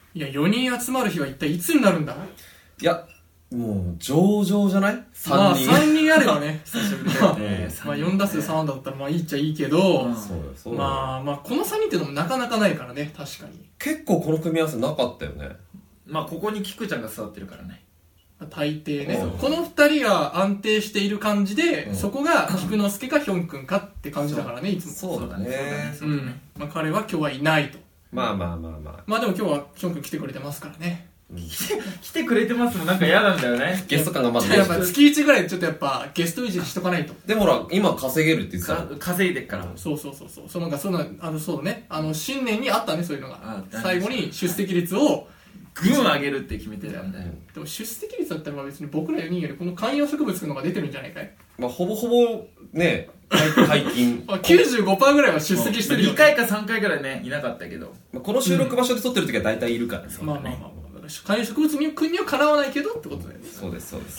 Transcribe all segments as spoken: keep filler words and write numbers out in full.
いやよにん集まる日は一体いつになるんだ。 いやもう上々じゃない？ さんにん。まあさんにんあればね久しぶりだよね。 まあよん打数さん安打だったらまあいいっちゃいいけど、 うん、そうよそうよ。 まあまあこのさんにんってのもなかなかないからね。確かに結構この組み合わせなかったよね。 まあここに菊ちゃんが座ってるからね。 大抵ね、 うん、 このふたりが安定している感じで、 うん、 そこが菊之助かヒョン君かって感じだからね、いつも。そうだね。 うん。まあ彼は今日はいないと。 まあまあまあまあ。 まあでも今日はヒョン君来てくれてますからね。 うん、来て来てくれてますもん。なんか嫌なんだよね。 ゲスト感がまずやっぱ月いちぐらいちょっとやっぱゲストいじりしとかないと。 でもほら今稼げるって言ってたの。 稼いでっから。 そうそうそうそう。そのなんかそのあのそうだね。あの新年にあったねそういうのが。最後に出席率を群上げるって決めてたんだよ、うん、 でも出席率だったら別に僕らよにんよりこの観葉植物のが出てるんじゃないかい。 まあほぼほぼね解禁きゅうじゅうごパーセント ぐらいは出席してるよ、ね、 にかいかさんかいぐらいねいなかったけど、 まあ、この収録場所で撮ってる時は大体いるからね、 うん、まあまあまあ観葉植物に君にはかなわないけどってことだよね。 そうですそうです。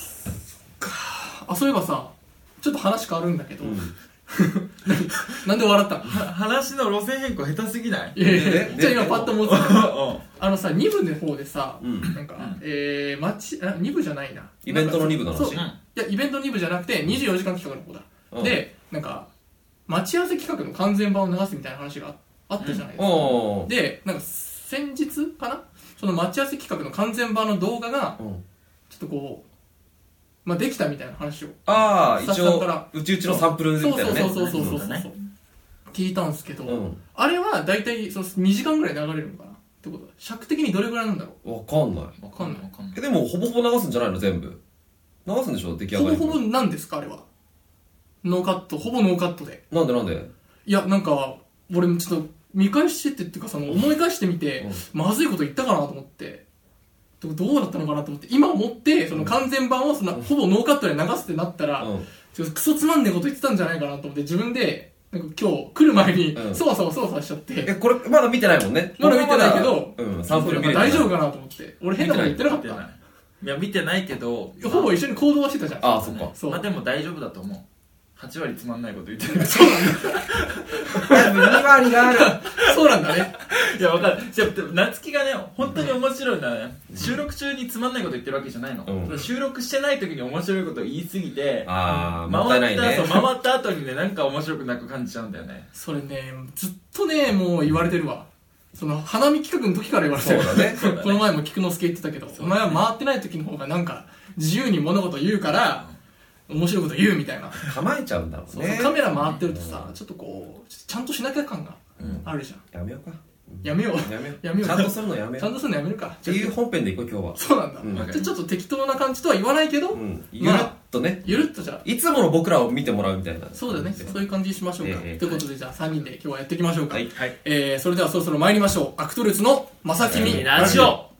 あそういえばさちょっと話変わるんだけど、うんなんで笑ったの？ 話の路線変更下手すぎない？ いやいやじゃあ今パッと思ってたあのさに部の方でさ、うん、なんか、うん、えー、町あに部じゃないなイベントのに部の話。 いやイベントに部じゃなくてにじゅうよじかん企画の方だ、うん、でなんか待ち合わせ企画の完全版を流すみたいな話があったじゃないですか、うん、でなんか先日かなその待ち合わせ企画の完全版の動画が、うん、ちょっとこうまあ、できたみたいな話をああ一応うちうちのサンプルみたいなねそうそうそうそうそうそう聞いたんですけど、うん、あれはだいたいそのにじかんぐらい流れるのかなってことだ。尺的にどれぐらいなんだろう。わかんないわかんないわかんない。 えでもほぼほぼ流すんじゃないの全部流すんでしょ出来上がり。 ほぼほぼなんですかあれは。ノーカットほぼノーカットで。 なんでなんで。 いやなんか俺もちょっと見返してってっていうかその思い返してみて、うん、まずいこと言ったかなと思ってどうだったのかなと思って今思ってその完全版をその、うん、ほぼノーカットで流すってなったら、うん、ちょっとクソつまんねえこと言ってたんじゃないかなと思って自分でなんか今日来る前にそわそわそわそわしちゃって、 えこれまだ見てないもんね。 まだ見てないけど、 うん、サンプル見て大丈夫かなと思って俺変なこと言ってなかった。 いや見てないけどほぼ一緒に行動はしてたじゃん。 ああそっか。 まあでも大丈夫だと思う。はち割つまんないこと言ってる。 そうなんだ。 に割がある。 そうなんだね。 いや分かる。じゃあ夏希がね本当に面白いんだね、うん、収録中につまんないこと言ってるわけじゃないの、うん、収録してない時に面白いことを言いすぎてあ回った、 ね、 そう回った後にねなんか面白くなく感じちゃうんだよね。 それねずっとねもう言われてるわ。その花見企画の時から言われてる。 そうだね。 この前も菊之助言ってたけど、お前は回ってない時の方がなんか自由に物事言うから面白いこと言うみたいな構えちゃうんだろうね。 そうそうカメラ回ってるとさ、うん、ちょっとこうちゃんとしなきゃ感があるじゃん、 うん、やめようかやめようやめようやめようちゃんとするのやめようちゃんとするのやめるかっていう本編でいこう今日は。 そうなんだ、うん、じゃあちょっと適当な感じとは言わないけど、うん、 ゆるっとね、 まあ、ゆるっとじゃあいつもの僕らを見てもらうみたいな。 そうだねそういう感じにしましょうか、えー、ということでじゃあさんにんで今日はやっていきましょうか。 はい、はい、 えー、それではそろそろ参りましょう。アクトルツのまさきみラジオ。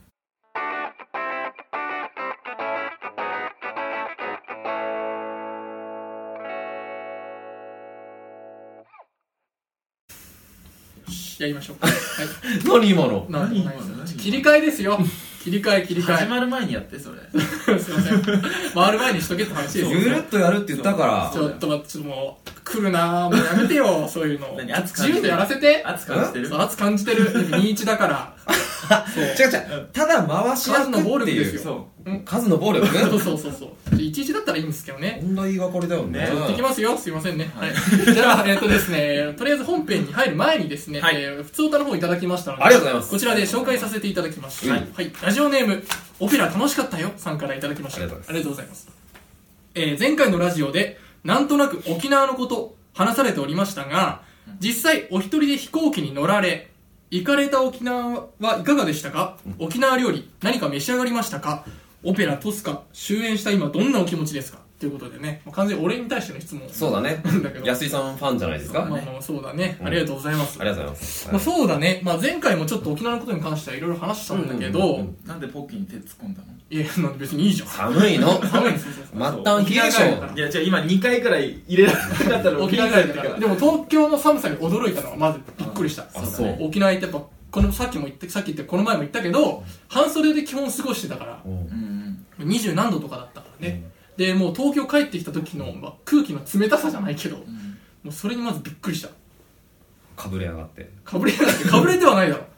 やりましょうか。はい。 何今の？ 何今の？切り替えですよ。切り替え切り替え。 始まる前にやってそれ。 すいません。回る前にしとけって話ですよ。 ゆるっとやるって言ったから。 ちょっと待って、ちょっともう来るなぁ。もうやめてよそういうの。 何熱感じてる？ 自由でやらせて。 熱感じてる？ そう熱感じてる。にいちだから。 そう。違う違う。ただ回し数の暴力ですよ。 そう。数の暴力ね。 そうそうそうそう。いちいちだったらいいんですけどね。 問題がこれだよね。 やってきますよ。すいませんね。はい。じゃあえっとですね、とりあえず本編に入る前にですね、普通歌の方いただきましたので、 ありがとうございます。 こちらで紹介させていただきます。はい。ラジオネームオペラ楽しかったよさんからいただきました。ありがとうございます。え前回のラジオでなんとなく沖縄のこと話されておりましたが、実際お一人で飛行機に乗られ行かれた沖縄はいかがでしたか？沖縄料理何か召し上がりましたか？オペラトスカ終演した今どんなお気持ちですか？ということでね、完全に俺に対しての質問。 そうだね。安井さんファンじゃないですか。 まあまあそうだね。ありがとうございます。 ありがとうございます。 まあそうだね。まあ前回もちょっと沖縄のことに関してはいろいろ話したんだけど、 なんでポッキーに手突っ込んだの？ いやなんで別にいいじゃん。 寒いの。 寒いんですよ。 末端冷え性。 いやじゃあ今にかいくらい入れられなかったの沖縄だから。でも東京の寒さに驚いたのはまずびっくりした。 あそう。 沖縄行ってやっぱこのさっきも言ってさっき言ってこの前も言ったけど半袖で基本過ごしてたから、にじゅうなんどとかだったからね。でもう東京帰ってきた時の、まあ、空気の冷たさじゃないけど、うん、もうそれにまずびっくりした。 かぶれ上がってかぶれ上がってかぶれてはないだろ。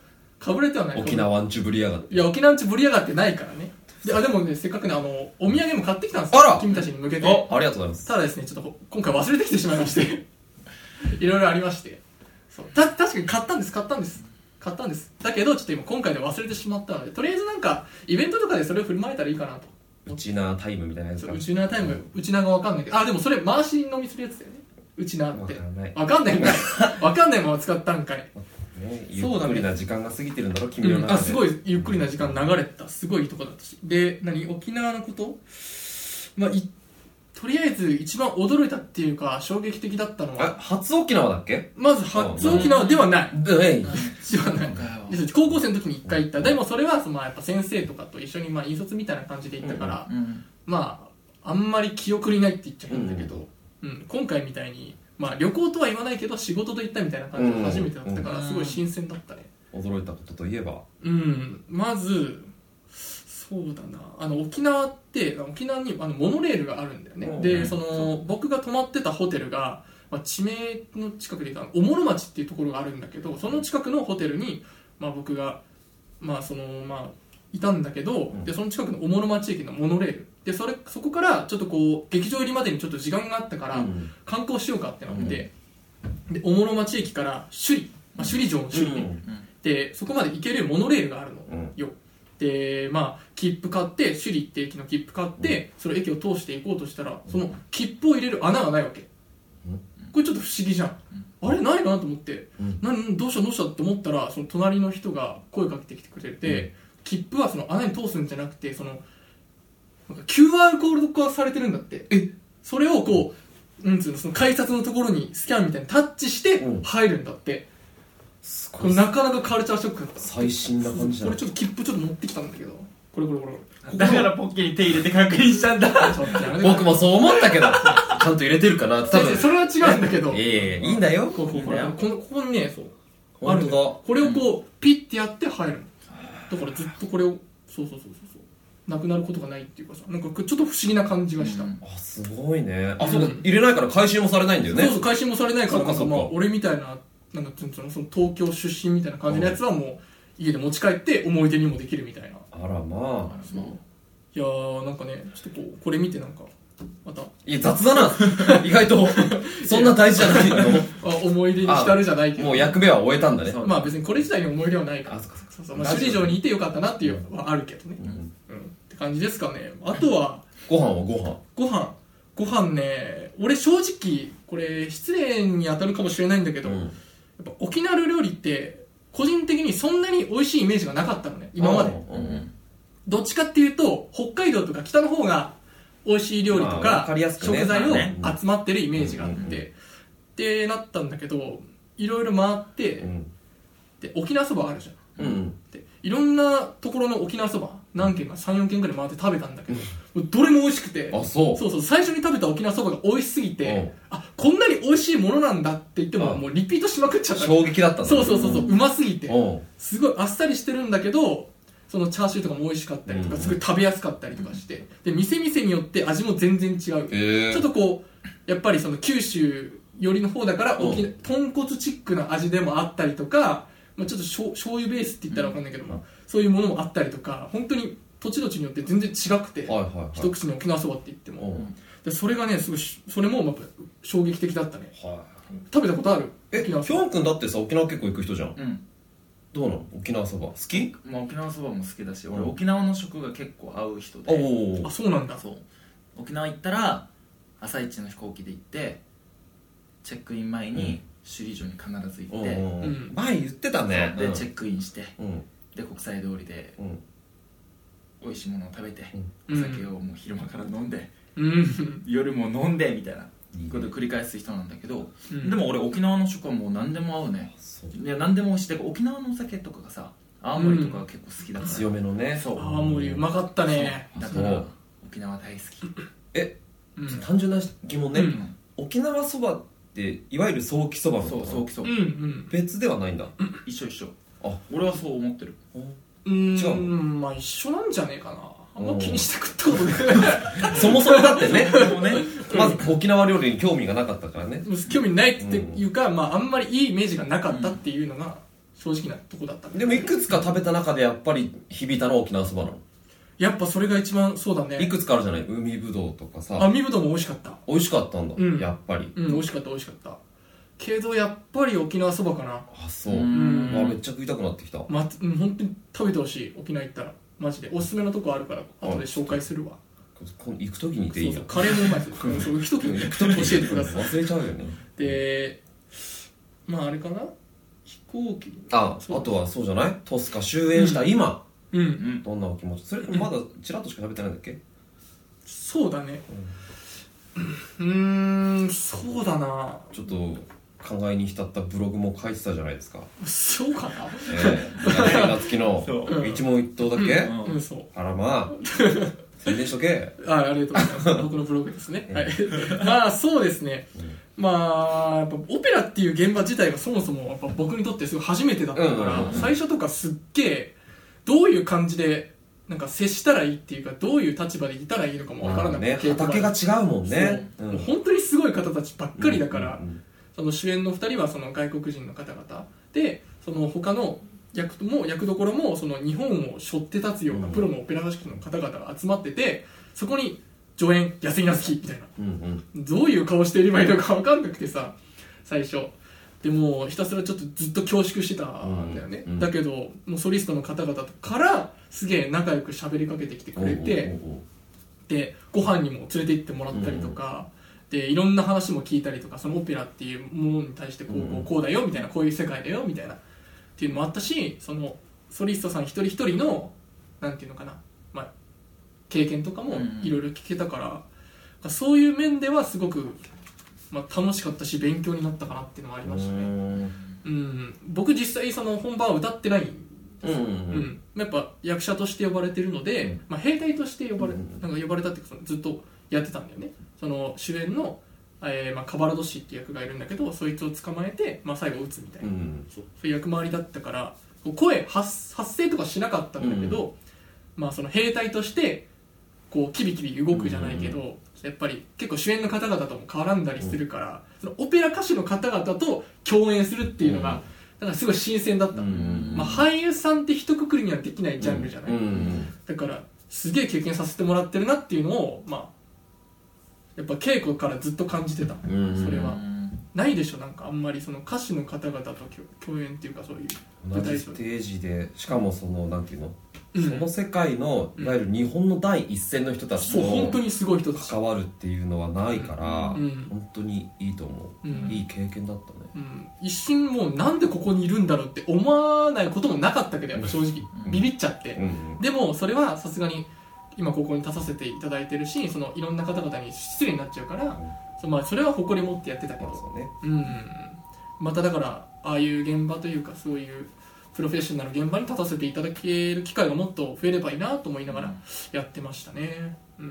かぶれてはない。 沖縄んちぶりやがって。 いや、沖縄んちぶりやがってないからね。で、あ、でもね、せっかくね、あの、お土産も買ってきたんですよ。 あら君たちに向けて。 あ、ありがとうございます。 ただですね、ちょっと今回忘れてきてしまいまして。いろいろありまして。そう。た、確かに買ったんです、買ったんです。買ったんです。だけど、ちょっと今今回で忘れてしまったので、とりあえずなんか、イベントとかでそれを振る舞えたらいいかなと。 うちなタイムみたいなやつか。 うちなタイム、うちながわかんないけど、あ、でもそれ回し飲みするやつだよね。うちなって。 わかんない。 わかんないんかい。わかんないまま使ったんかい。 ね、ゆっくりな時間が過ぎてるんだろ、君の中で、 うん、あ、すごいゆっくりな時間流れてた。すごいいいとこだったし。で、何沖縄のことまあ、い、とりあえず一番驚いたっていうか、衝撃的だったのは。 初沖縄だっけ？ まず初沖縄ではない。 ではない。 高校生の時に一回行った。でもそれは、その、まあ、やっぱ先生とかと一緒に、まあ、引率みたいな感じで行ったから、うんうん、まあ、あんまり記憶にないって言っちゃうんだけど、うん、うん、今回みたいに、まあ、旅行とは言わないけど仕事と行ったみたいな感じで初めてだったから、すごい新鮮だったね。 驚いたことといえば、 うん、まずそうだな、あの沖縄って沖縄にあのモノレールがあるんだよね。で、その僕が泊まってたホテルが、まあ、地名の近くでおもろ町っていうところがあるんだけど、その近くのホテルに、まあ、僕が、まあそのまあ、いたんだけど、でその近くのおもろ町駅のモノレールで、それそこからちょっとこう劇場入りまでにちょっと時間があったから、うん、観光しようかってなって、うん、でおもろ町駅から首里、まあ、首里城の首里ね、うん、でそこまで行けるモノレールがあるのよ、うん、でまあ切符買って首里って駅の切符買って、うん、その駅を通して行こうとしたら、その切符を入れる穴がないわけ、うん、これちょっと不思議じゃん、うん、あれないなと思って、うん、何どうしたどうしたって思ったら、その隣の人が声かけてきてくれて、うん、切符はその穴に通すんじゃなくて、そのなんか キューアール コード化されてるんだって。えそれをこう、うんつうの、その改札のところにスキャンみたいにタッチして入るんだって。これなかなかカルチャーショックだった。 最新な感じだ。 これちょっと切符ちょっと持ってきたんだけど、これこれこれこれ。だからポッケに手入れて確認したんだ。 僕もそう思ったけど、ちゃんと入れてるかなって。多分それは違うんだけど。 ええいいんだよ。 こうこうこれこのここにね、そう本当だ。 これをこうピッてやって入る。だからずっとこれをそうそうそうそうそうなくなることがないっていうかさ、なんかちょっと不思議な感じがした、うん、 あすごいね。あ、うん、そうか、入れないから回収もされないんだよね。 そうそう、回収もされないから、なんかまあ俺みたいななんかそのその東京出身みたいな感じのやつはもう家で持ち帰って思い出にもできるみたいな。 あらまあ、 そういやーなんかね、ちょっとこうこれ見てなんかまたいや雑だな意外とそんな大事じゃないのあ思い出に浸るじゃないけど、 もう役目は終えたんだね。 まあ別にこれ自体に思い出はないから、そうそうそう、まあ、首里城にいてよかったなっていうのはあるけどね、うんうん、って感じですかね。あとはご飯はご飯ご飯ご飯ね、俺正直これ失礼に当たるかもしれないんだけど、うん、やっぱ沖縄料理って個人的にそんなに美味しいイメージがなかったのね今まで、うんうん、どっちかっていうと北海道とか北の方が美味しい料理とか、まあね、食材を集まってるイメージがあって、うんうんうん、ってなったんだけど、いろいろ回って、うん、で沖縄そばあるじゃん、うん、でいろんなところの沖縄そば何軒か さんよん 軒ぐらい回って食べたんだけど、うん、どれも美味しくて、 あそうそうそう最初に食べた沖縄そばが美味しすぎて、うん、あこんなに美味しいものなんだって言ってももうリピートしまくっちゃった。 衝撃だったんだ。 そうそうそうそう、うますぎて、すごいあっさりしてるんだけどそのチャーシューとかも美味しかったりとか、すごい食べやすかったりとかして、で店々によって味も全然違う、えー、ちょっとこうやっぱりその九州寄りの方だから沖縄豚骨チックな味でもあったりとか、まあ、ちょっとしょ醤油ベースって言ったら分かんないけど、まあ、そういうものもあったりとか、本当に土地土地によって全然違くて、はいはいはい、一口に沖縄そばって言っても、でそれがねすごいそれもまあ衝撃的だったね、はい、食べたことある？ えヒョン君だってさ沖縄結構行く人じゃん、うん、どうなの沖縄そば好き？ まあ、沖縄そばも好きだし、俺、うん、沖縄の食が結構合う人で。 おあそうなんだ。 そう沖縄行ったら朝一の飛行機で行ってチェックイン前に首里城に必ず行って、 うん、前言ってたね。 で、うん、チェックインして、うん、で国際通りで、うん、美味しいものを食べて、うん、お酒をもう昼間から飲んで、うん、夜も飲んでみたいなことを繰り返す人なんだけど、うん、でも俺沖縄の食はもう何でも合うね。いや何でも美味しい。沖縄のお酒とかがさ、青森とかは結構好きだから、うん、 強めのね。 そう青森うまかったね。 だから沖縄大好き。 え、うん、単純な疑問ね、うん、沖縄そばっていわゆるソーキそばのこと？ そうソーキそば、うんうん、別ではないんだ、 うん、一緒一緒。あ俺はそう思ってる。 うん、違う、まあ一緒なんじゃねえかな。あんま気にして食ったことないそもそもだってねまず沖縄料理に興味がなかったからね。 興味ないっていうか、うん、まああんまりいいイメージがなかったっていうのが正直なとこだった。 でもいくつか食べた中でやっぱり響いたのは沖縄そばなの？ やっぱそれが一番そうだね。 いくつかあるじゃない、海ぶどうとかさ。 あ、海ぶどうも美味しかった。 美味しかったんだ、うん、やっぱり。 うん、美味しかった美味しかった。けどやっぱり沖縄そばかな。 あ、そう。うん、あ、めっちゃ食いたくなってきた。 ま、うん、本当に食べてほしい。沖縄行ったらマジでおすすめのとこあるから後で紹介するわ。 行く時にでいいの？ そうそう、カレーもうまいです。そう行く時に行く時に教えてください。 忘れちゃうよね。 で、まああれかな、飛行機。 あ、あとはそうじゃない？トスカ終演した今、 うんうん、 どんなお気持ち？それまだちらっとしか食べてないんだっけ？ そうだね。うん、うーん、そうだな。 ちょっと考えに浸ったブログも書いてたじゃないですか。 そうかな。 ええ、夏希の一問一答だっけ？ うん、うん、そう。 あらまあ。宣伝しとけ。 あ、ありがとうございます。僕のブログですね。はい。まあそうですね。まあやっぱオペラっていう現場自体がそもそもやっぱ僕にとってすごい初めてだったから、最初とかすっげえどういう感じでなんか接したらいいっていうか、どういう立場でいたらいいのかもわからなくて、 ね、畑が違うもんね。 そう、うん、本当にすごい方たちばっかりだから、うんうんうん、その主演のふたりはその外国人の方々で、その他の役も役どころもその日本を背負って立つようなプロのオペラ合宿の方々が集まってて、そこに助演安井夏樹みたいな、うんうん、どういう顔していればいいのか分かんなくてさ、最初でもひたすらちょっとずっと恐縮してたんだよね、うんうん、だけどもうソリストの方々からすげえ仲良く喋りかけてきてくれて、おうおうおう、でご飯にも連れて行ってもらったりとか、うんうん、でいろんな話も聞いたりとか、そのオペラっていうものに対してこう、うんうん、こうだよみたいな、こういう世界だよみたいなっていうのもあったし、そのソリストさん一人一人のなんていうのかな、まあ、経験とかもいろいろ聞けたから、うん、そういう面ではすごく、まあ、楽しかったし勉強になったかなっていうのはありましたね。うん、うん、僕実際その本番は歌ってないんですよ、うんうんうん、やっぱ役者として呼ばれてるので、うん、まあ、兵隊として呼ばれ、なんか呼ばれたっていうか、ずっとやってたんだよね。その主演のえーまあ、カバラドシっていう役がいるんだけど、そいつを捕まえて、まあ、最後撃つみたいな、うん、そう、そういう役回りだったから、声 発, 発声とかしなかったんだけど、うん、まあ、その兵隊としてこうキビキビ動くじゃないけど、うん、やっぱり結構主演の方々とも絡んだりするから、うん、そのオペラ歌手の方々と共演するっていうのが、うん、だからすごい新鮮だった、うん、まあ、俳優さんって一括りにはできないジャンルじゃない、うん、だからすげえ経験させてもらってるなっていうのを、まあやっぱ稽古からずっと感じてた、うん、それはないでしょ、なんかあんまりその歌手の方々と共演っていうか、そういう同じステージで、しかもそのなんていうの、うん、その世界のいわゆる日本の第一線の人たちと関わるっていうのはないから、うん、本当にいいと思う、うん、いい経験だったね、 うん、一瞬もうなんでここにいるんだろうって思わないこともなかったけど、やっぱ正直、うん、ビビっちゃって、うん、でもそれはさすがに今ここに立たせていただいてるし、そのいろんな方々に失礼になっちゃうから、うん、そ, まあそれは誇り持ってやってたけど、まあそうね、うん、まただからああいう現場というか、そういうプロフェッショナル現場に立たせていただける機会がもっと増えればいいなと思いながらやってましたね。うん、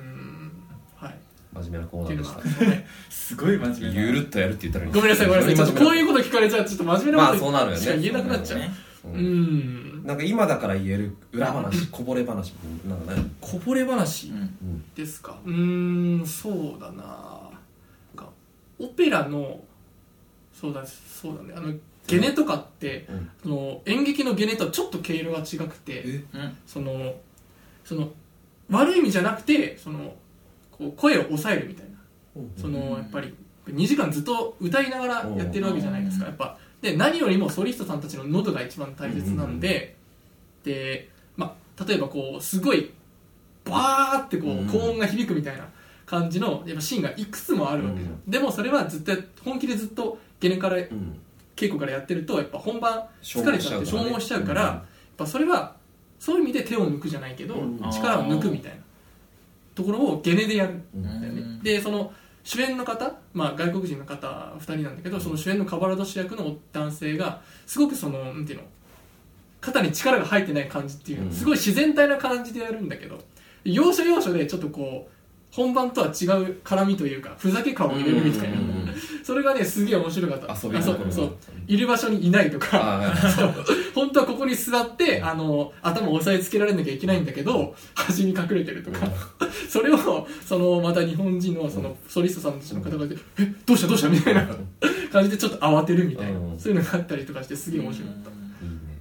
はい、 真面目なコーナーでした、 ね、すごい真面目な、 ゆるっとやるって言ったらいい、 ごめんなさいごめんなさい、ちょっとこういうこと聞かれちゃうとちょっと真面目なことしか言えなくなっちゃう、 うん、うん、なんか今だから言える裏話、こぼれ話なんかね、 こぼれ話ですか、うん、うーん、そうだな、なんかオペラのそうだそうだね、あのゲネとかって、うん、その演劇のゲネとはちょっと毛色が違くて、そのその悪い意味じゃなくて、そのこう声を抑えるみたいな、うん、そのやっぱりにじかんずっと歌いながらやってるわけじゃないですか、やっぱで何よりもソリストさんたちの喉が一番大切なんで、うんうん、で、まあ、例えばこうすごいバーってこう高音が響くみたいな感じのやっぱシーンがいくつもあるわけじゃん、うん、でもそれはずっと本気でずっとゲネから、うん、稽古からやってるとやっぱ本番疲れちゃって消耗しちゃうから、やっぱそれはそういう意味で手を抜くじゃないけど、うん、力を抜くみたいなところをゲネでやるんだよね、うん、でその主演の方、まあ、外国人の方ふたりなんだけど、その主演のカバラドシ役の男性がすごくそのなんていうの、肩に力が入ってない感じっていうの、すごい自然体な感じでやるんだけど、要所要所でちょっとこう本番とは違う絡みというかふざけ感を入れるみたいな、それがねすげえ面白かった。 遊びのそうそう、いる場所にいないとかそう本当はここに座ってあの頭を押さえつけられなきゃいけないんだけど端に隠れてるとかそれをそのまた日本人のそのソリストさんたちの方がでえどうしたどうしたみたいな感じでちょっと慌てるみたいな、そういうのがあったりとかしてすげえ面白かった。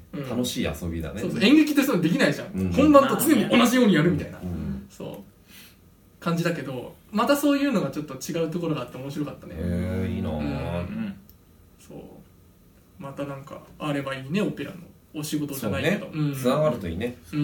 楽しい遊びだね。 そうそう、演劇ってそういうのできないじゃん、うん、本番と常に同じようにやるみたいな、うん、そう感じだけど、またそういうのがちょっと違うところがあって面白かったね。 へえ、いいなぁ、うん、 そうまたなんかあればいいね、オペラのお仕事じゃないけど、 そうね、つながるといいね。 うん、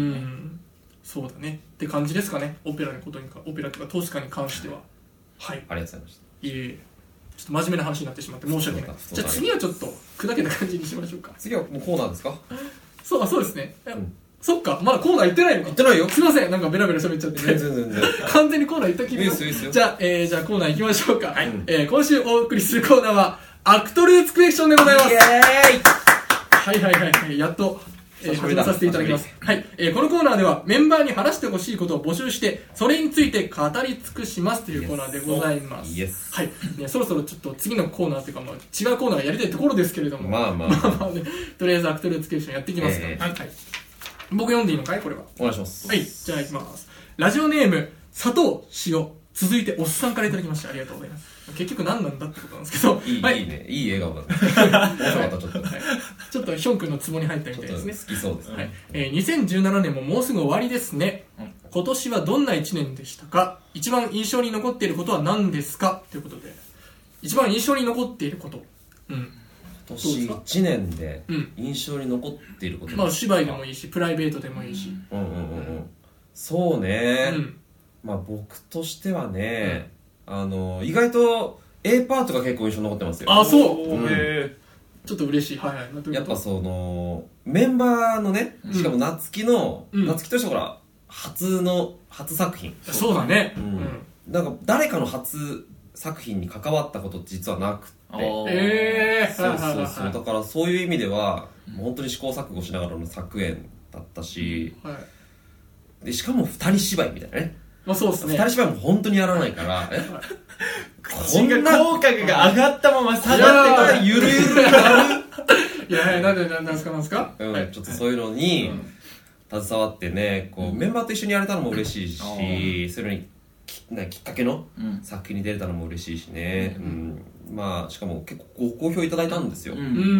そうだねって感じですかね、オペラのことにか、オペラとかトスカに関しては。はい、 ありがとうございました。 いえいえ、ちょっと真面目な話になってしまって申し訳ない。じゃあ次はちょっと砕けた感じにしましょうか。 次はもうコーナーですか？ そう、そうですね、うん、そっか、まだコーナー行ってないのか。 行ってないよ。 すいません、なんかベラベラ喋っちゃってね。 全然全然完全にコーナー行った気がする。じゃあ、えー、じゃあコーナー行きましょうか。はい、えー、今週お送りするコーナーはアクトルーツクエスチョンでございます。イエーイ。はいはいはいはい、やっとえー、始めさせていただきます。はい、えー、このコーナーではメンバーに話してほしいことを募集してそれについて語り尽くしますというコーナーでございます。 Yes. はい、ね、そろそろちょっと次のコーナーというか、まあ、違うコーナーやりたいところですけれども、 まあまあまあまあね、とりあえずアクトルーツクエスチョンやっていきますから、えー、はい、僕読んでいいのかい、これは。 お願いします。 はい、じゃあいきます。ラジオネーム砂糖塩、続いておっさんからいただきました。ありがとうございます。結局何なんだってことなんですけど、 いい、はい、いいね、いい笑顔だね。ちょっと、はい、ちょっとヒョン君のツボに入ったみたいですね。 好きそうですね。 はい、えー、にせんじゅうななねんももうすぐ終わりですね。うん、今年はどんないちねんでしたか？一番印象に残っていることは何ですか？ということで、一番印象に残っていること。うん。 今年いちねんで印象に残っていること、うん、 まあ芝居でもいいし、プライベートでもいいし。 うんうんうんうん。そうね。うん、まあ僕としてはね。うんあの意外と A パートが結構印象に残ってますよ。 あ、そう、うん、へちょっと嬉しい。はいはい。 やっぱそのメンバーのね、しかも夏希の、うん、夏希としてはほら初の初作品。 そうだね、うんうん、なんか誰かの初作品に関わったこと実はなくて、 えー、 そうそうそう、だからそういう意味ではもう本当に試行錯誤しながらの作演だったし、はい、でしかもふたり芝居みたいなね。 まあそうですね。 二人芝居も本当にやらないから、えこんな口角が上がったまま下がってからゆるゆるやる。 いやいや、なんでなんですかなんですか。 うん、はい、ちょっとそういうのに携わってね、こうメンバーと一緒にやれたのも嬉しいし、うん、それにき, きっかけの作品に出れたのも嬉しいしね。うん、うん、まあしかも結構ご好評いただいたんですよ。 うん、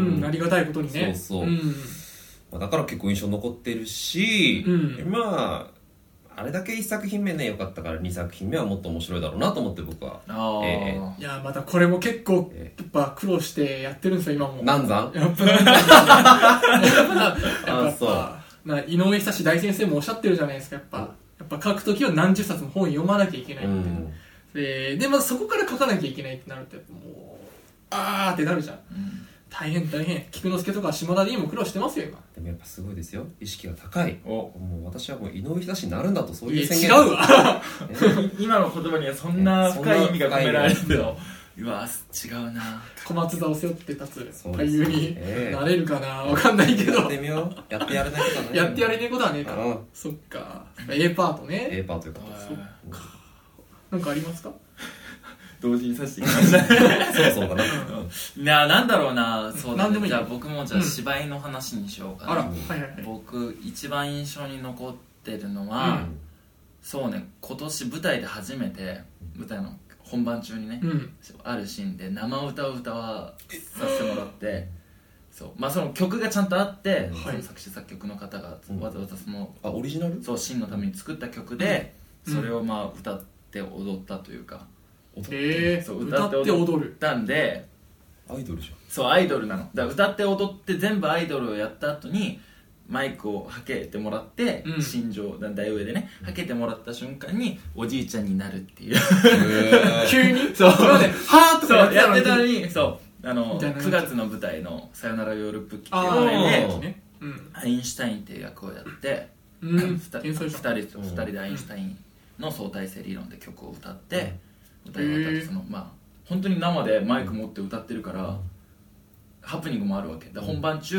うん、ありがたいことにね。 そうそう。うん、まあ、だから結構印象残ってるし、うん、まあ。あれだけいっさく品目ね良かったからにさく品目はもっと面白いだろうなと思って僕は。 あ、えー、いやまたこれも結構やっぱ苦労してやってるんですよ今も。 難産やっぱ難産やっぱな井上久志大先生もおっしゃってるじゃないですか。やっぱやっぱ書くときは何十冊も本読まなきゃいけないって、うん、で, でまずそこから書かなきゃいけないってなるってもうあーってなるじゃん、うん、大変大変。菊之助とか下田 D も苦労してますよ今。 でもやっぱすごいですよ、意識が高い。おもう私はもう井上久志になるんだとそういう宣言。いや違うわ今の言葉にはそんな深い意味が込められるけど、うわ違うな。 小松座を背負って立つ俳優になれるかな、分かんないけど。 やってみよう。やってやれないことはね。 やってやれないことはねえか。そっか。A パートね。 A パートよかった。 そっか。なんかありますか？ 同時にさせていきましたそうそうかな。いやなんだろうな。そうだね。 でもいい。 じゃあ僕もじゃあ芝居の話にしようかな。 あら、はいはいはい。 僕一番印象に残ってるのは、うん、そうね、今年舞台で初めて舞台の本番中にね、うん、あるシーンで生歌を歌わさせてもらって、そうまあその曲がちゃんとあって、はい、その作詞作曲の方がわざわざその、 うん、あオリジナル？ そうシーンのために作った曲で、うん、それをまあ歌って踊ったというか。 へえ、 そう歌って踊ったんで、 アイドルじゃん。 そうアイドルなの。だから歌って踊って全部アイドルをやった後にマイクをはけてもらって、うん、心情大上でねはけてもらった瞬間におじいちゃんになるっていう急にそうはーっとやってたのに、そうあのくがつの舞台のさよならヨーロップ期っていうので、ね、うん、アインシュタインっていう役をやって、うん、ふたりとふたりでアインシュタインの相対性理論で曲を歌って、うん歌い方ってそのまあ本当に生でマイク持って歌ってるから、うん、ハプニングもあるわけだ。本番中、うん、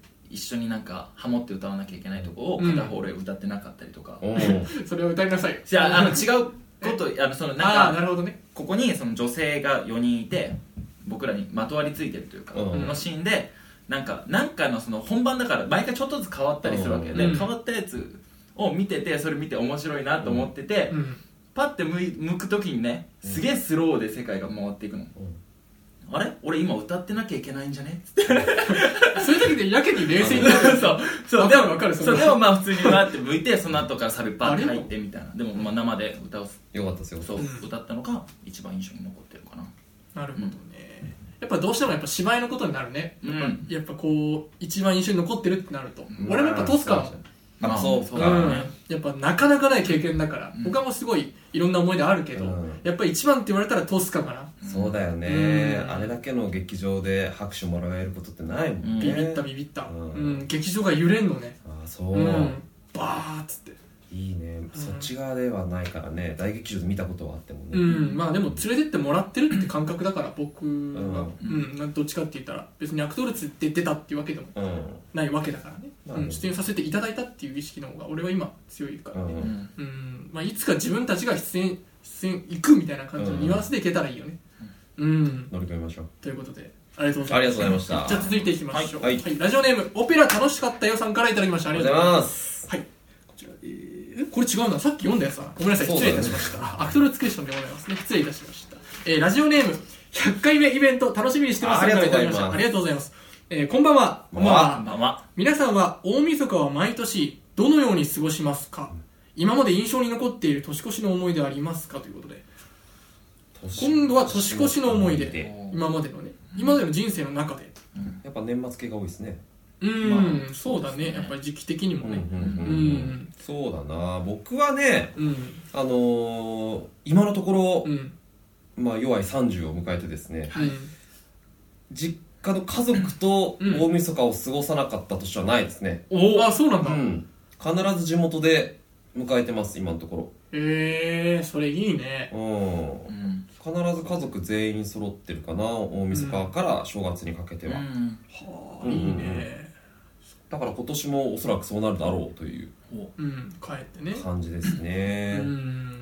一緒になんかハモって歌わなきゃいけないとこを片方で歌ってなかったりとか、うん、 それを歌いなさいよ。 じゃあ、あの違うことあのそのなんかなるほど、ね、 ここにその女性がよにんいて僕らにまとわりついてるというか、うん、のシーンでなんかなんかのその本番だから毎回ちょっとずつ変わったりするわけで、うん、変わったやつを見ててそれ見て面白いなと思ってて、うんパッて向く時にねすげえスローで世界が回っていくの、 あれ俺今歌ってなきゃいけないんじゃねってそういう時でやけに冷静になるそうそうでも分かるそうでもまあ普通にわーって向いてその後からサビパーって入ってみたいなでもまあ生で歌うよかったですよそう、うん、歌ったのが一番印象に残ってるかな。 なるほどね、うん、やっぱどうしてもやっぱ芝居のことになるねやっぱ、うん、やっぱこう一番印象に残ってるってなると、うん、俺もやっぱトスカのあそうそうだね、うん、やっぱなかなかない経験だから、うん、他もすごいいろんな思い出あるけど、うん、やっぱり一番って言われたらトスカかな。 そうだよね、うん、あれだけの劇場で拍手もらえることってないもんね、 ビビったビビった、うんうん、劇場が揺れんのね。 あそう、うん、 バーッつっていいね、うん、そっち側ではないからね大劇場で見たことはあってもね、 うん、まあでも連れてってもらってるって感覚だから僕は、うんうん、どっちかって言ったら別にアクトルツって出たっていうわけでもないわけだからね、うん、出演させていただいたっていう意識の方が俺は今強いからね、うんうんまあ、いつか自分たちが出演出演行くみたいな感じのニュアンスでいけたらいいよね、うん、うん、 乗り越えましょうということでありがとうございました。 ありがとうございました。 じゃあ続いていきましょう、 はいはい、ラジオネームオペラ楽しかったよさんからいただきました。ありがとうございます。はい、こちら、えー、これ違うな、さっき読んだやつだ。ごめんなさい、失礼いたしました、ね、アクトルツクエスチョンでございますね。失礼いたしました。えー、ラジオネームひゃっかいめイベント楽しみにしてます。 ありがとうございます。 ありがとうございます。えー、こんばんは。 こんばんは。こんばんは。皆さんは大晦日は毎年どのように過ごしますか？今まで印象に残っている年越しの思い出はありますかということで、今度は年越しの思い出、今までのね、今までの人生の中で、 うん、やっぱ年末系が多いですね。 うん、まあ、そうだね、やっぱり時期的にもね、うんうんうんうん、 そうだな。僕はね、うん、あのー、今のところ、うん、まあ弱いさんじゅうを迎えてですね、はい、実家の家族と大晦日を過ごさなかった年はないですね。 うん、おあ、そうなんだ、うん、 必ず地元で迎えてます今のところ。 へえー、それいいね。 うん、うん必ず家族全員揃ってるかな、大晦日から正月にかけては、うん、 はあ、いいね。 だから今年もおそらくそうなるだろうという、 うん、帰ってね感じですね。 うん、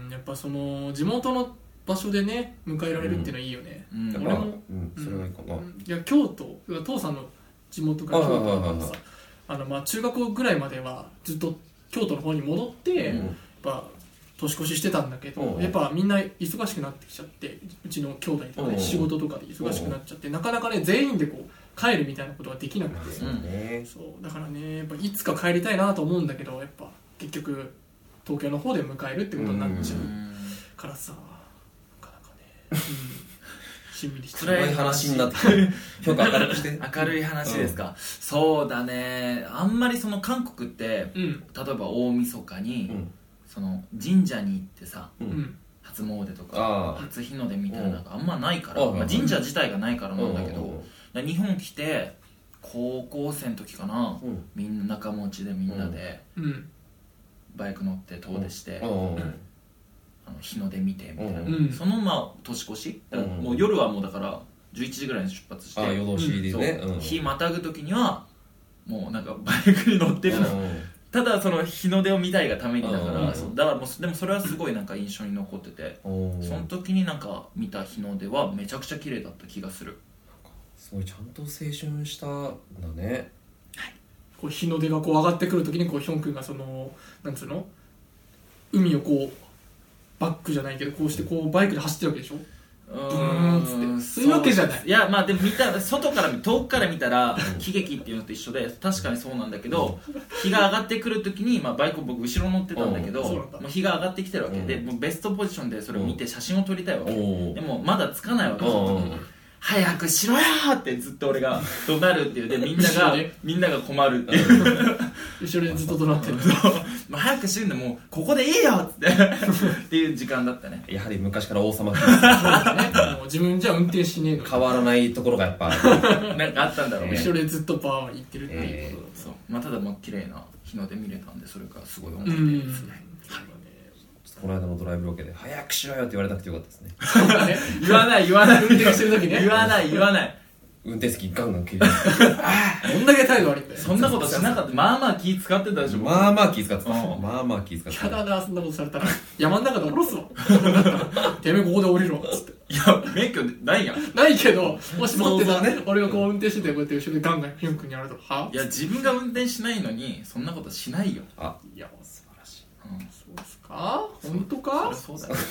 やっぱその地元の場所でね迎えられるっていうのはいいよね、うん、俺も、 うん、それはいいかな、うん、いや京都父さんの地元が京都だからさ、あのまあ中学校ぐらいまではずっと京都の方に戻って、うん、やっぱ年越ししてたんだけど、うん、やっぱみんな忙しくなってきちゃって、うちの兄弟とかね、うん、仕事とかで忙しくなっちゃって、うん、なかなかね全員でこう帰るみたいなことができなくて、うん、そうだからねやっぱいつか帰りたいなと思うんだけど、やっぱ結局東京の方で迎えるってことになっちゃうからさ、なかなかね、うん、しんみりして暗い話になって評価明るくして明るい話ですか、うん、そうだね。あんまりその韓国って、うん、例えば大晦日に、うんその神社に行ってさ、うん、初詣とか初日の出みたいなのがあんまないから、まあ、神社自体がないからなんだけど、日本来て高校生の時かな、うん、みんな仲持ちでみんなで、うん、バイク乗って遠出して、うん、あの日の出見てみたいな、うん、そのまあ年越し、うん、もう夜はもうだからじゅういちじぐらいに出発して、 夜通しでね、 うん、日またぐ時にはもうなんかバイクに乗ってるの、ただその日の出を見たいがためにだから、そうだからもうでもそれはすごいなんか印象に残ってて、その時になんか見た日の出はめちゃくちゃ綺麗だった気がする。 すごいちゃんと青春したんだね。 はい、こう日の出がこう上がってくる時にこうヒョン君がそのなんつうの海をこうバックじゃないけどこうしてこうバイクで走ってるわけでしょ。ブーンっつってそういうわけじゃない。 いやまあでも見た外から遠くから見たら喜劇っていうのと一緒で確かにそうなんだけど、日が上がってくる時に、まあ、バイクを僕後ろ乗ってたんだけど、もう日が上がってきてるわけで、もうベストポジションでそれを見て写真を撮りたいわけでもまだつかないわけですよ。早くしろよーってずっと俺が怒鳴るっていうでみんながみんなが困るっていう後ろでずっと怒鳴ってるまあ早くしるんでもうここでいいよってっていう時間だったね。 やはり昔から王様ってもう自分じゃ運転しねえの変わらないところがやっぱなんかあったんだろうね。 後ろでずっとバーン行ってるっていうこと、 えー、そうまあただもう綺麗な日の出見れたんでそれがすごい思ってですね。 この間のドライブロケで早くしろよって言われなくてよかったですね。 そうだね。 言わない言わない運転してる時ね。 言わない言わない。 運転席ガンガン切れる。 どんだけ態度悪いんだよ。 そんなことしなかった。まあまあ気使ってたでしょ。 まあまあ気使ってた。まあまあ気使ってた。 やだなそんなことされたら山の中で降ろすわ。てめえここで降りろっつって。 いや免許ないやん。 ないけどもし持ってたね。俺がこう運転しててこうやって後ろでガンガンヒュン君にやるとは。 いや自分が運転しないのにそんなことしないよ。 あいや素晴らしい。そうですか？本当か？ そうだよ。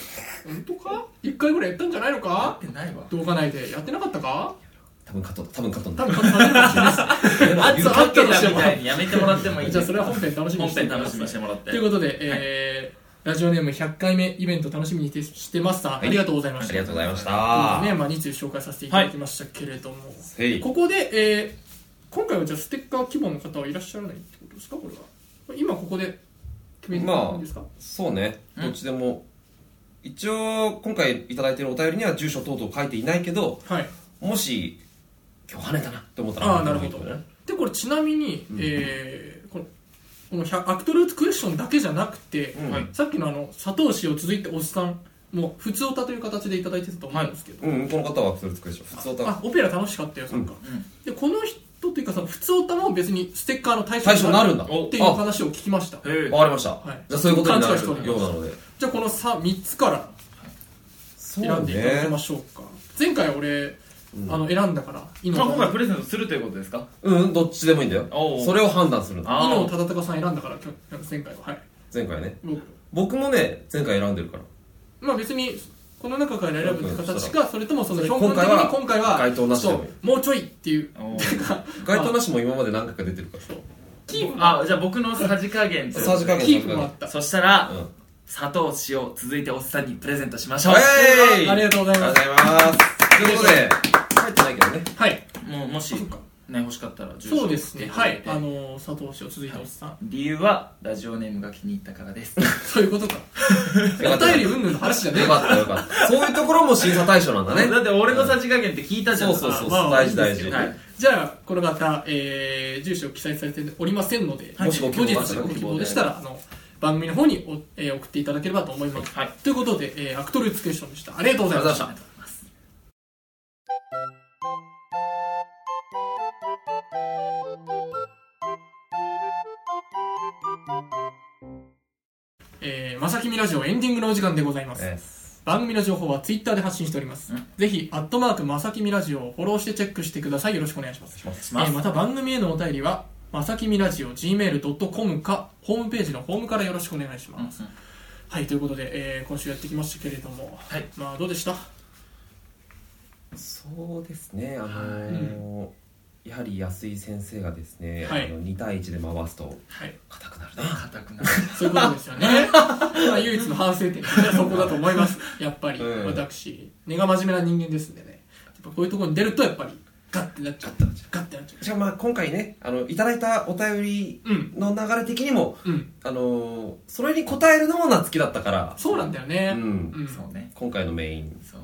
本当か？いっかいぐらいやったんじゃないのか？ やってないわ。 動画内でやってなかったか？ 多分カット多分カット多分カットされるかもしれないです。 あったとしてもやめてもらってもいい。 じゃあそれは本編楽しみにして本編楽しみにしてもらって。 ということで、えー、ラジオネームひゃっかいめイベント楽しみにしてますさん、ありがとうございました。 ありがとうございました。 ね、まあに通紹介させていただきましたけれども、 はい、 ここで、えー、今回はじゃあステッカー希望の方はいらっしゃらないってことですか？これは今ここで決めてもらうんですか？ まあそうね、どっちでも、うん、一応今回いただいているお便りには住所等々書いていないけど、はい、もし今日跳ねたなって思ったら、 ああなるほど。でこれちなみに、うん、えー、このこのアクトルーツクエスチョンだけじゃなくて、うん、さっきのあの佐藤氏を続いておっさんも普通オタという形でいただいてたと思うんですけど、 はい、うん、この方はアクトルーツクエスチョン普通オタ。 あ、オペラ楽しかったよさんか、うん、でこの人というかその普通オタも別にステッカーの対象になるんだっていう話を聞きました。 わかりました、はい、じゃあそういうことになるようなので、 じゃあこの 3, 3つから選んでいただきましょうか。前回俺うん、あの選んだから今回プレゼントするということですか？ うん、どっちでもいいんだよ。それを判断するんだ。 伊能忠敬さん選んだから前回は。はい、 前回ね、僕もね前回選んでるから、 まあ別にこの中から選ぶって形か、それともその評価的に今回は該当なしでもいい、 もうちょいっていう該当なしも今まで何回か出てるから。 キープ、あ、じゃあ僕のさじ加減、 さじ加減キープもあった。 そしたら、うん、佐藤氏を続いておっさんにプレゼントしましょう。 ありがとうございます。 ありがとうございます。ということで入ってないけどね。 はい。 もうもしね欲しかったら住所そうですね。はい。あの佐藤氏を続いておっさん、はい。 理由はラジオネームが気に入ったからです。 そういうことか。お便り云々の話じゃねえ。 よかったよかった。そういうところも審査対象なんだね。 だって俺のさじ加減って聞いたじゃん。 そうそうそう。大事大事。 はい。じゃあこの方、えー、住所記載されておりませんので、 もしご希望でしたらあの番組の方にお、えー、送っていただければと思います。はい。ということで、えー、アクトルーツクエスチョンでした。ありがとうございました。えー、まさきみラジオエンディングのお時間でございます。番組の情報はツイッターで発信しております。ぜひアットマークまさきみラジオをフォローしてチェックしてください。よろしくお願いします。えー、また番組へのお便りはまさきみラジオ ジーメールドットコム かホームページのホームからよろしくお願いします。うんうん、はい、ということで、えー、今週やってきましたけれども、はい、まあどうでした？ そうですね、あのーうんやはり安井先生がですね、 はい、 あのにたいいちで回すと硬くなるね、 はい、硬くなるそういうことですよねまあ唯一の反省点はそこだと思いますやっぱり、うん、私根が真面目な人間ですんでね、やっぱこういうところに出るとやっぱりガッてなっちゃうガッてなっちゃう。 しかもまあ今回ねあのいただいたお便りの流れ的にも、うん、あのそれに答えるのも夏希だったから、 そうなんだよね、 うんうん、そうね、今回のメインそう、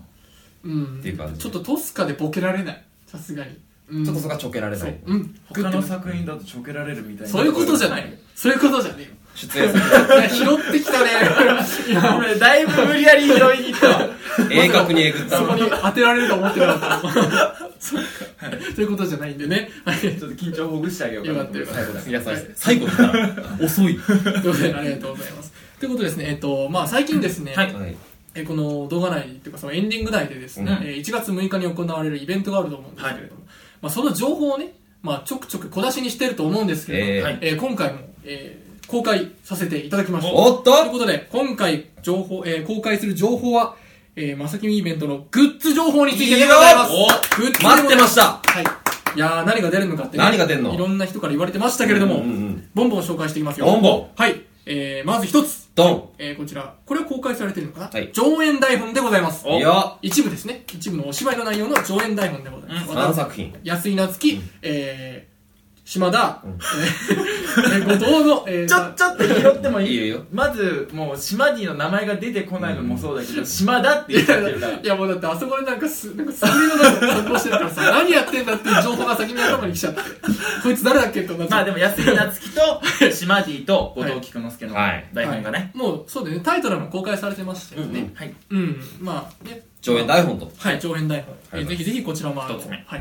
うん、っていう感じ。 ちょっとトスカでボケられない、さすがにちょっとそこはちょけられない、 うん、他の作品だとちょけられるみたいな。 そういうことじゃない、そういうことじゃねえよ。 出演する拾ってきたねいや俺だいぶ無理やり拾いに行った鋭角にえぐったそこに当てられると思ってなかったそうか、はい、そういうことじゃないんでね、はい、 ちょっと緊張をほぐしてあげようかな。よかったよ最後だ、いや最後だった遅いということでありがとうございます。ということですね、えっとまあ最近ですね、はい、えこの動画内というかそのエンディング内でですね、うん、いちがつむいかに行われるイベントがあると思うんですけれども、はい、まあ、その情報をね、まあ、ちょくちょく小出しにしてると思うんですけれども、えーえー、今回も、えー公開させていただきました。 おっとということで今回情報、えー、公開する情報は、えー、まさきみイベントのグッズ情報についてでございます。 グッズ待ってました。 はい。いやー何が出るのかって、ね、 何が出るの？ いろんな人から言われてましたけれども、うんうんうん、ボンボン紹介していきますよ。 ボンボン。 はい。えー、まず一つ。 ドン。 えー、こちらこれは公開されているのかな。 はい。 上演台本でございます。 いや。 一部ですね。一部のお芝居の内容の上演台本でございます。 うん、さんさく品。 安井夏樹、うん、えー。島田、うん、えー、後藤の、えー、 ちょ、ちょっと拾ってもいい？いいよ。まず、もう、島 D の名前が出てこないのもそうだけど、うん、島田って言っちゃってるから。 いや、もうだってあそこでなんかす、なんか素振りのなんか投稿してるからさ、何やってんだっていう情報が先に頭に来ちゃって、こいつ誰だっけって思っちゃまあでも、安井夏樹と、島 D と、後藤菊之助の台本がね、はいはい。 もう、そうだよね、タイトルも公開されてましたよね。うんうん、はい。うん、まあ、ね。 上演台本と。 はい、上演台本。はい、ぜひぜひこちらも、はい、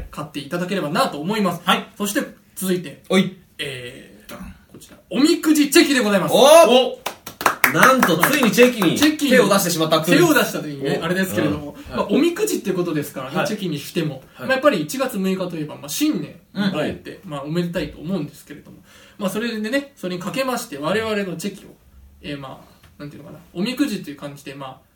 買っていただければなと思います。はい。そして、続いて。 おい。 えー、こちらおみくじチェキでございます。 おおなんとついにチェキに手を出してしまった。 手を出したというねあれですけれども、まあ、おみくじってことですからね、はい、チェキにしても、はい、まあ、やっぱりいちがつむいかといえば、まあ、新年を迎えて、うん、まあ、おめでたいと思うんですけれども、まあ、それでねそれにかけまして我々のチェキを、えー、まあなんていうのかな、おみくじっていう感じで、まあ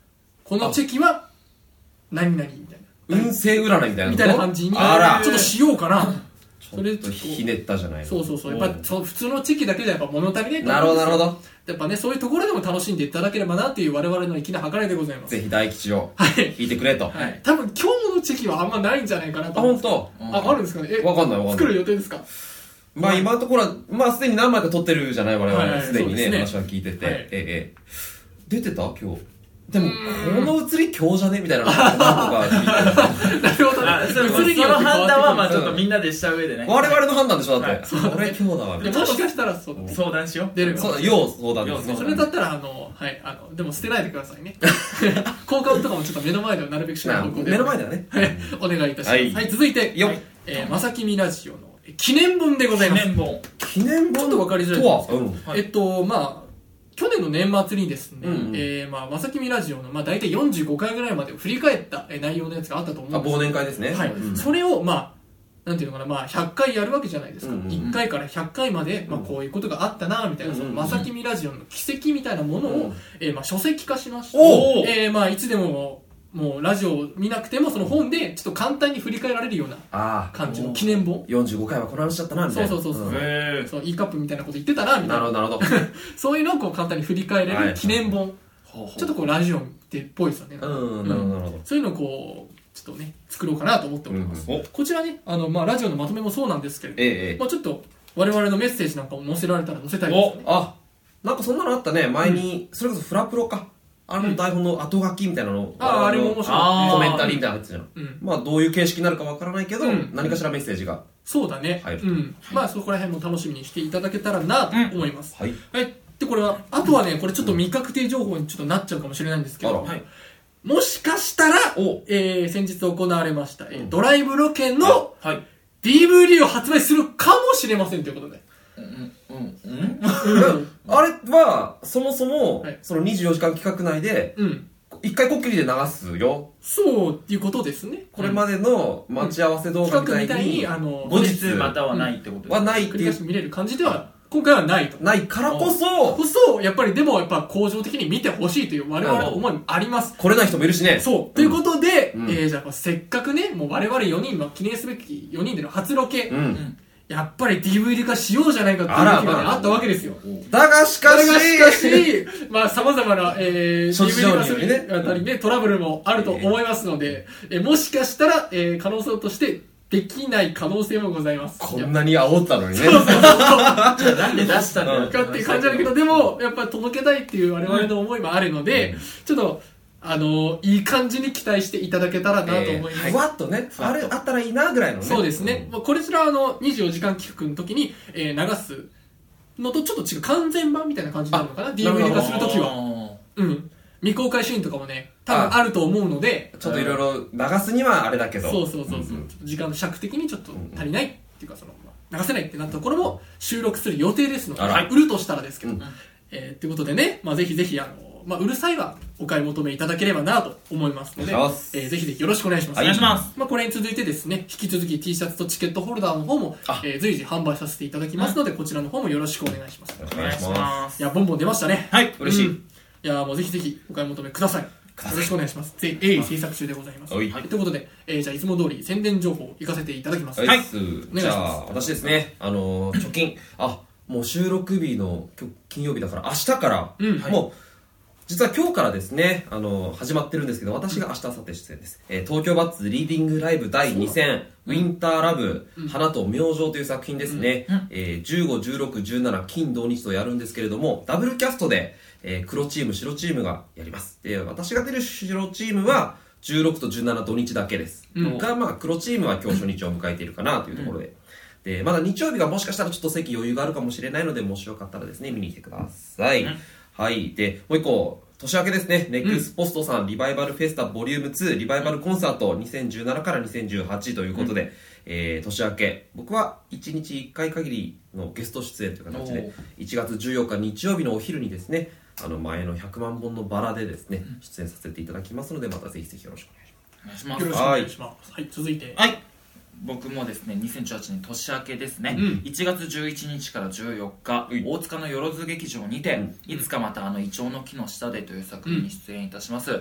このチェキは何々みたいな運勢占いみたいなみたいな感じにちょっとしようかな。 それとひねったじゃないの。 そうそうそう。やっぱそ普通のチェキだけでやっぱ物足りないと思うんですよ。なるほどなるほど。 やっぱね、そういうところでも楽しんでいただければなっていう我々の粋な計らいでございます。 ぜひ大吉を引いてくれと。 はい。多分今日のチェキはあんまないんじゃないかなと。 あ、本当。 あ、あるんですかね。 え、わかんないわかんない。 作る予定ですか。 まあ今のところは、まあすでに何枚か撮ってるじゃない我々。すでにね、話は聞いてて。ええ。出てた今日。でも、この写り今日じゃねみたいなのが何個か見てなるほどね。そりによって判断はまあちょっとみんなでした上でね。 我々の判断でしょだって。俺今日だわ。 もしかしたら相談しよう。 出る。 そう、要相談ですね。 それだったら、あの、はい、あの、でも捨てないでくださいね。交換とかもちょっと目の前ではなるべくしない方向で。 目の前ではね。 はい、お願いいたします。はい、続いて、よえまさきみラジオの記念本でございます。 記念本。 記念本ちょっとわかりづらいですけど、えっと、まあ、去年の年末にですね、うんうん、えー、まあ、まさきみラジオの、まあ、大体よんじゅうごかいぐらいまでを振り返った内容のやつがあったと思うんです。 あ、忘年会ですね。 はい。うん、それを、まあ、なんていうのかな、まあ、ひゃっかいやるわけじゃないですか。うんうん、いっかいからひゃっかいまで、まあ、こういうことがあったな、みたいな、その、まさきみラジオの奇跡みたいなものを、うん、えー、まあ、書籍化しまして、えー、まあ、いつでも、もうラジオを見なくてもその本でちょっと簡単に振り返られるような感じの記念本。 よんじゅうごかいはこの話だったなみたいな。 そうそうそうそう、うん、そう E カップみたいなこと言ってたなみたいな。 なるほどなるほどそういうのをこう簡単に振り返れる記念本、はい、ちょっとこうラジオってっぽいですよね。 うん、なるほどなるほど。 そういうのをこうちょっとね作ろうかなと思っております、うん、こちらねあの、まあ、ラジオのまとめもそうなんですけれども、ええまあ、ちょっと我々のメッセージなんかも載せられたら載せたいですよね。 あ、なんかそんなのあったね前に、うん、それこそフラプロかあの台本の後書きみたいなの、 うん、ああ、あれも面白い。コメンタリーみたいなの入ってたじゃん。うん、まあ、どういう形式になるかわからないけど、うん、何かしらメッセージが。 そうだね。うん。まあ、そこら辺も楽しみにしていただけたらなと思います。 うん、はい。 はい。で、これは、あとはね、これちょっと未確定情報にちょっとなっちゃうかもしれないんですけど、はい、もしかしたら、えー、先日行われました、えー、ドライブロケの ディーブイディー を発売するかもしれませんということで。 うんうんうんあれは、そもそも、はい、そのにじゅうよじかん企画内で、うん一回こっきりで流すよ。 そうっていうことですね。 これまでの待ち合わせ動画みたいに、うん、企画みたいにあの後日またはないってことです、 はないっていう。 繰り返し見れる感じでは今回はないと。 ないからこそ、 こそやっぱりでもやっぱ向上的に見てほしいという我々の思いもあります。 来れない人もいるしね。 そう、うん、ということで、うん、えー、じゃあせっかくねもう我々よにんの記念すべきよにんでの初ロケ。うんうんやっぱり ディーブイディー 化しようじゃないかっていう時まであったわけですよ。 だがしかし、 だがしかし、まあ様々な、えー、ディーブイディー 化するあたりね、トラブルもあると思いますので、えー、もしかしたら、えー、可能性としてできない可能性もございます。 こんなに煽ったのにね。 そうそうそう。 なんで出したんだよ。 かっていう感じなんだけど、でも、やっぱり届けたいっていう我々の思いもあるので、うん、ちょっと、あのー、いい感じに期待していただけたらなと思います。 えー、ふわっとね、あれあったらいいなぐらいのね。 そうですね。うん、これすらあの、にじゅうよじかん企画の時に、えー、流すのとちょっと違う完全版みたいな感じになるのかな ?ディーブイディー 化する時は。うん。未公開シーンとかもね、多分あると思うので。 ちょっといろいろ流すにはあれだけど。 そうそうそうそう。うんうん、時間の尺的にちょっと足りないっていうか、その、流せないってなったところも収録する予定ですので、売るとしたらですけど。うん、えー、ってことでね、まあぜひぜひあの、まあ、うるさいはお買い求めいただければなと思いますので、えー、ぜひぜひよろしくお願いします。 お願いします。 まあ、これに続いてですね、引き続き T シャツとチケットホルダーの方も、えー、随時販売させていただきますので、うん、こちらの方もよろしくお願いします。 お願いします。 いや、ボンボン出ましたね。 はい、嬉しい。うん、 いや、もうぜひぜひお買い求めください。よろしくお願いします。ぜひ、鋭意制作中でございます。はい。ということで、えー、じゃあいつも通り宣伝情報行かせていただきます。 はい。じゃあ、私ですね、あのー、貯金、あ、もう収録日の金曜日だから明日から、うん、もう、実は今日からですね、あの、始まってるんですけど、私が明日、明後日出演です。えー、東京バッツリーディングライブだいに戦、ウィンターラブ、うん、花と明星という作品ですね。うん、えー、じゅうご、じゅうろく、じゅうなな、金土日とやるんですけれども、ダブルキャストで、えー、黒チーム、白チームがやります。で、私が出る白チームは、じゅうろくとじゅうなな土日だけです。うん、が、まあ、黒チームは今日初日を迎えているかなというところで。うん、で、まだ日曜日がもしかしたらちょっと席余裕があるかもしれないので、もしよかったらですね、見に来てください。うんはい。で、もう一個、年明けですね。ネックスポストさん、うん、リバイバルフェスタボリュームツー、リバイバルコンサートにせんじゅうななからにせんじゅうはちということで、うん、えー、年明け、僕はいちにちいっかい限りのゲスト出演という形で、いちがつじゅうよっか日曜日のお昼にですね、あの前のひゃくまんぼんのバラでですね、うん、出演させていただきますので、またぜひぜひよろしくお願いします。 お願いします。よろしくお願いします。はい、はい、続いて。 はい。僕もですねにせんじゅうはちねん年明けですね、うん、いちがつじゅういちにちからじゅうよっか、うん、大塚のよろず劇場にて、うん、いつかまたあのイチョウの木の下でという作品に出演いたします、うん、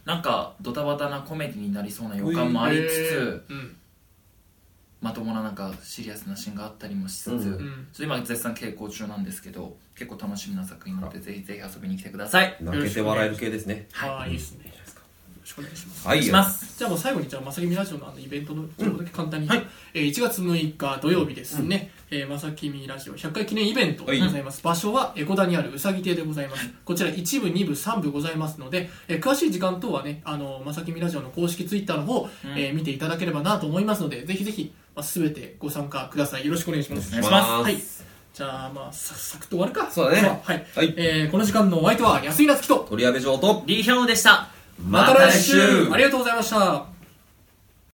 なんかドタバタなコメディになりそうな予感もありつつ、うん、まともななんかシリアスなシーンがあったりもしつつ、うん、ちょっと今絶賛稽古中なんですけど、結構楽しみな作品なのでぜひぜひ遊びに来てください。 泣けて笑える系ですね。 はい、いいですね。よろしくお願いします。 はい、 します。 じゃあもう最後にじゃあまさきみラジオのあのイベントのちょっとだけ簡単に、うん、はい、えー、いちがつむいか土曜日ですね、うん、えー、まさきみラジオひゃっかい記念イベントでございます。はい、場所は江古田にあるうさぎ亭でございます。こちらいちぶにぶさんぶございますので、えー、詳しい時間等はね、あのまさきみラジオの公式ツイッターの方、うん、えー、見ていただければなと思いますので、ぜひぜひ、まあ、全てご参加ください。よろしくお願いします。 お願いします。 はい、じゃあまあサクサクと終わるか。 そうだね。 はい、はい、えー、この時間のお相手は安井なつきと鳥矢部城とリーヒョンウでした。 また来週、ありがとうございました。